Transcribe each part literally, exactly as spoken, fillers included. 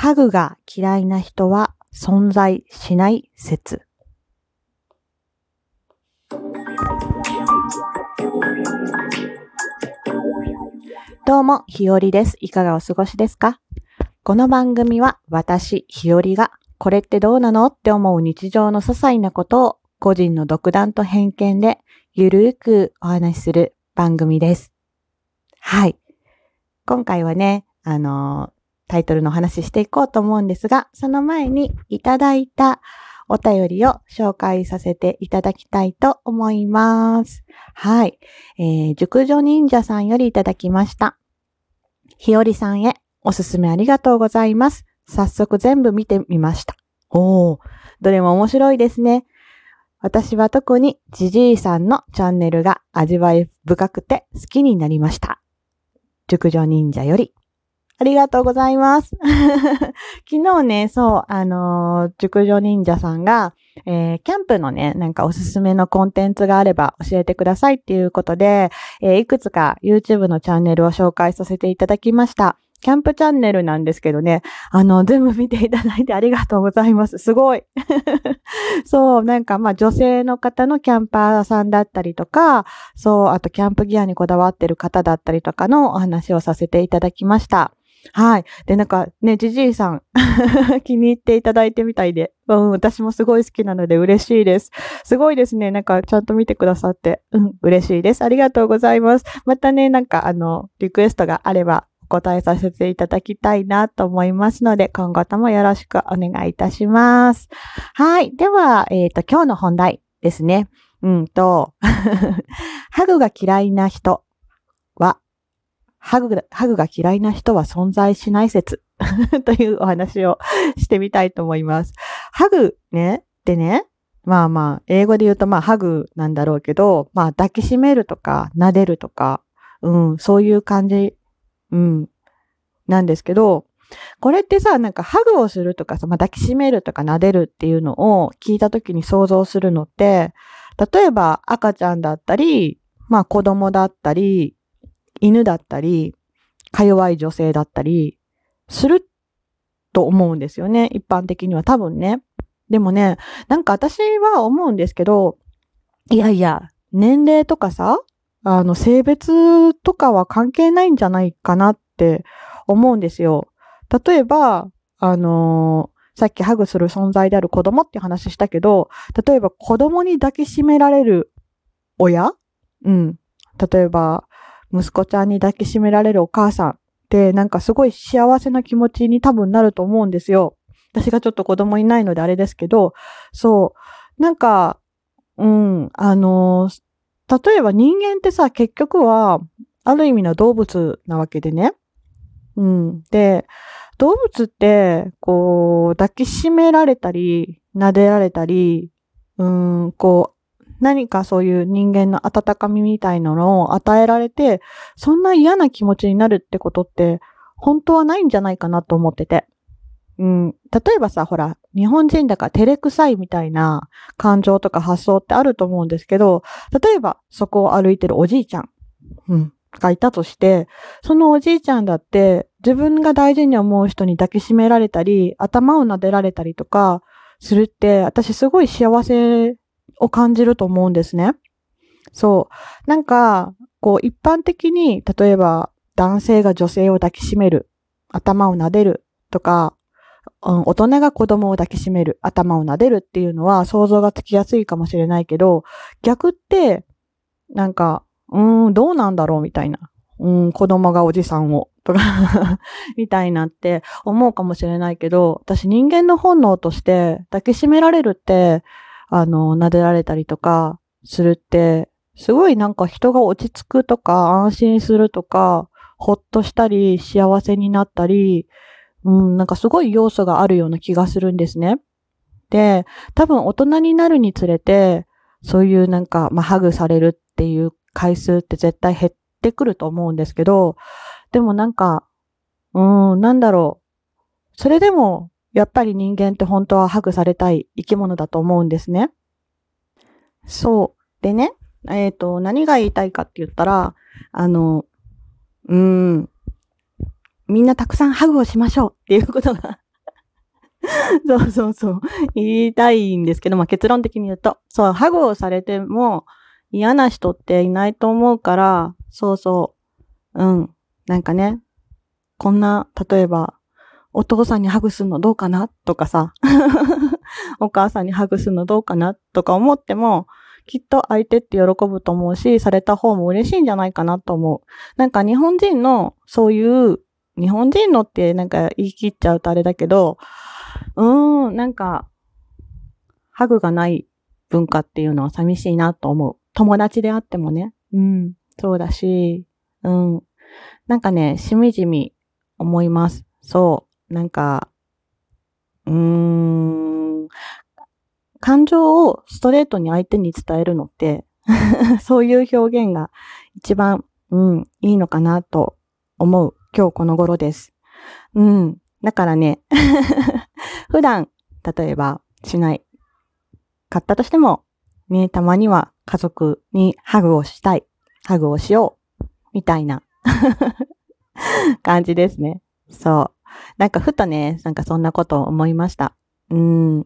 ハグが嫌いな人は存在しない説。どうも、ひよりです。いかがお過ごしですか？この番組は私、ひよりがこれってどうなのって思う日常の些細なことを個人の独断と偏見でゆるーくお話しする番組です。はい。今回はね、あのー、タイトルの話していこうと思うんですが、その前にいただいたお便りを紹介させていただきたいと思います。はい。えー、熟女忍者さんよりいただきました。ひよりさんへおすすめありがとうございます。早速全部見てみました。おー、どれも面白いですね。私は特にジジイさんのチャンネルが味わい深くて好きになりました。熟女忍者より。ありがとうございます。昨日ね、そう、あのー、熟女忍者さんが、えー、キャンプのね、なんかおすすめのコンテンツがあれば教えてくださいっていうことで、えー、いくつか YouTube のチャンネルを紹介させていただきました。キャンプチャンネルなんですけどね、あの、全部見ていただいてありがとうございます。すごい。そう、なんかまあ女性の方のキャンパーさんだったりとか、そう、あとキャンプギアにこだわってる方だったりとかのお話をさせていただきました。はい。で、なんかね、ジジイさん気に入っていただいてみたいで、うん、私もすごい好きなので嬉しいです。すごいですね。なんかちゃんと見てくださって、うん、嬉しいです。ありがとうございます。またね、なんかあの、リクエストがあればお答えさせていただきたいなと思いますので、今後ともよろしくお願いいたします。はい。では、えっと、今日の本題ですね。うんと、ハグが嫌いな人は、ハグ、ハグが嫌いな人は存在しない説というお話をしてみたいと思います。ハグね、ってね、まあまあ、英語で言うとまあハグなんだろうけど、まあ抱きしめるとか撫でるとか、うん、そういう感じ、うん、なんですけど、これってさ、なんかハグをするとかさ、まあ抱きしめるとか撫でるっていうのを聞いたときに想像するのって、例えば赤ちゃんだったり、まあ子供だったり、犬だったり、か弱い女性だったり、すると思うんですよね。一般的には多分ね。でもね、なんか私は思うんですけど、いやいや、年齢とかさ、あの、性別とかは関係ないんじゃないかなって思うんですよ。例えば、あのー、さっきハグする存在である子供って話したけど、例えば子供に抱きしめられる親？うん。例えば、息子ちゃんに抱きしめられるお母さんってなんかすごい幸せな気持ちに多分なると思うんですよ。私がちょっと子供いないのであれですけど、そう。なんか、うん、あの、例えば人間ってさ、結局は、ある意味の動物なわけでね。うん。で、動物って、こう、抱きしめられたり、撫でられたり、うん、こう、何かそういう人間の温かみみたいなのを与えられて、そんな嫌な気持ちになるってことって、本当はないんじゃないかなと思ってて。うん、例えばさ、ほら、日本人だから照れくさいみたいな感情とか発想ってあると思うんですけど、例えばそこを歩いてるおじいちゃん、うん、がいたとして、そのおじいちゃんだって自分が大事に思う人に抱きしめられたり、頭を撫でられたりとかするって、私すごい幸せを感じると思うんですね。そう。なんか、こう一般的に、例えば男性が女性を抱きしめる、頭を撫でるとか、うん、大人が子供を抱きしめる、頭を撫でるっていうのは想像がつきやすいかもしれないけど、逆って、なんか、うーん、どうなんだろうみたいな。うん、子供がおじさんを、とか、みたいなって思うかもしれないけど、私人間の本能として抱きしめられるって、あの、撫でられたりとかするって、すごいなんか人が落ち着くとか、安心するとか、ほっとしたり、幸せになったり、うん、なんかすごい要素があるような気がするんですね。で、多分大人になるにつれて、そういうなんか、まあ、ハグされるっていう回数って絶対減ってくると思うんですけど、でもなんか、うーん、なんだろう。それでも、やっぱり人間って本当はハグされたい生き物だと思うんですね。そう。でね、えっと、何が言いたいかって言ったら、あの、うーん、みんなたくさんハグをしましょうっていうことがそうそうそう。言いたいんですけど、まあ、結論的に言うと、そう、ハグをされても嫌な人っていないと思うから、そうそう。うん。なんかね、こんな、例えば、お父さんにハグするのどうかなとかさ、お母さんにハグするのどうかなとか思っても、きっと相手って喜ぶと思うし、された方も嬉しいんじゃないかなと思う。なんか日本人のそういう、日本人のってなんか言い切っちゃうとあれだけど、うーん、なんか、ハグがない文化っていうのは寂しいなと思う。友達であってもね。うん、そうだし、うん。なんかね、しみじみ思います。そう。なんか、うーん、感情をストレートに相手に伝えるのって、そういう表現が一番、うん、いいのかなと思う今日この頃です。うん。だからね、普段、例えばしないかったとしても、ね、たまには家族にハグをしたい、ハグをしよう、みたいな感じですね。そう。なんかふとね、なんかそんなことを思いました。うん。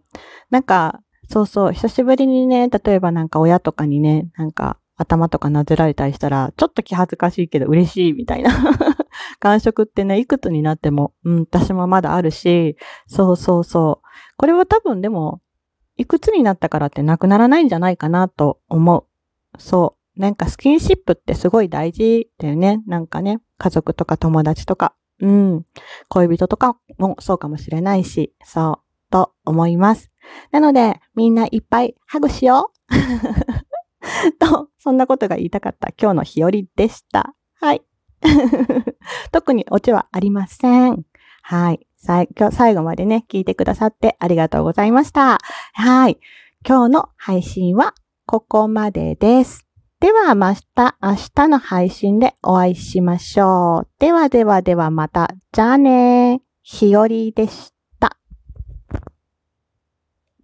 なんか、そうそう、久しぶりにね、例えばなんか親とかにね、なんか頭とか撫でられたりしたら、ちょっと気恥ずかしいけど嬉しいみたいな感触ってね、いくつになっても、うん、私もまだあるし、そうそうそう。これは多分でも、いくつになったからってなくならないんじゃないかなと思う。そう。なんかスキンシップってすごい大事だよね。なんかね、家族とか友達とか、うん、恋人とかもそうかもしれないし、そう、と思います。なので、みんないっぱいハグしようと、そんなことが言いたかった今日の日和でした。はい。特にオチはありません。はい。さい今日最後までね、聞いてくださってありがとうございました。はい。今日の配信はここまでです。ではまた明日の配信でお会いしましょう。ではではではまた。じゃあね。ひよりでした。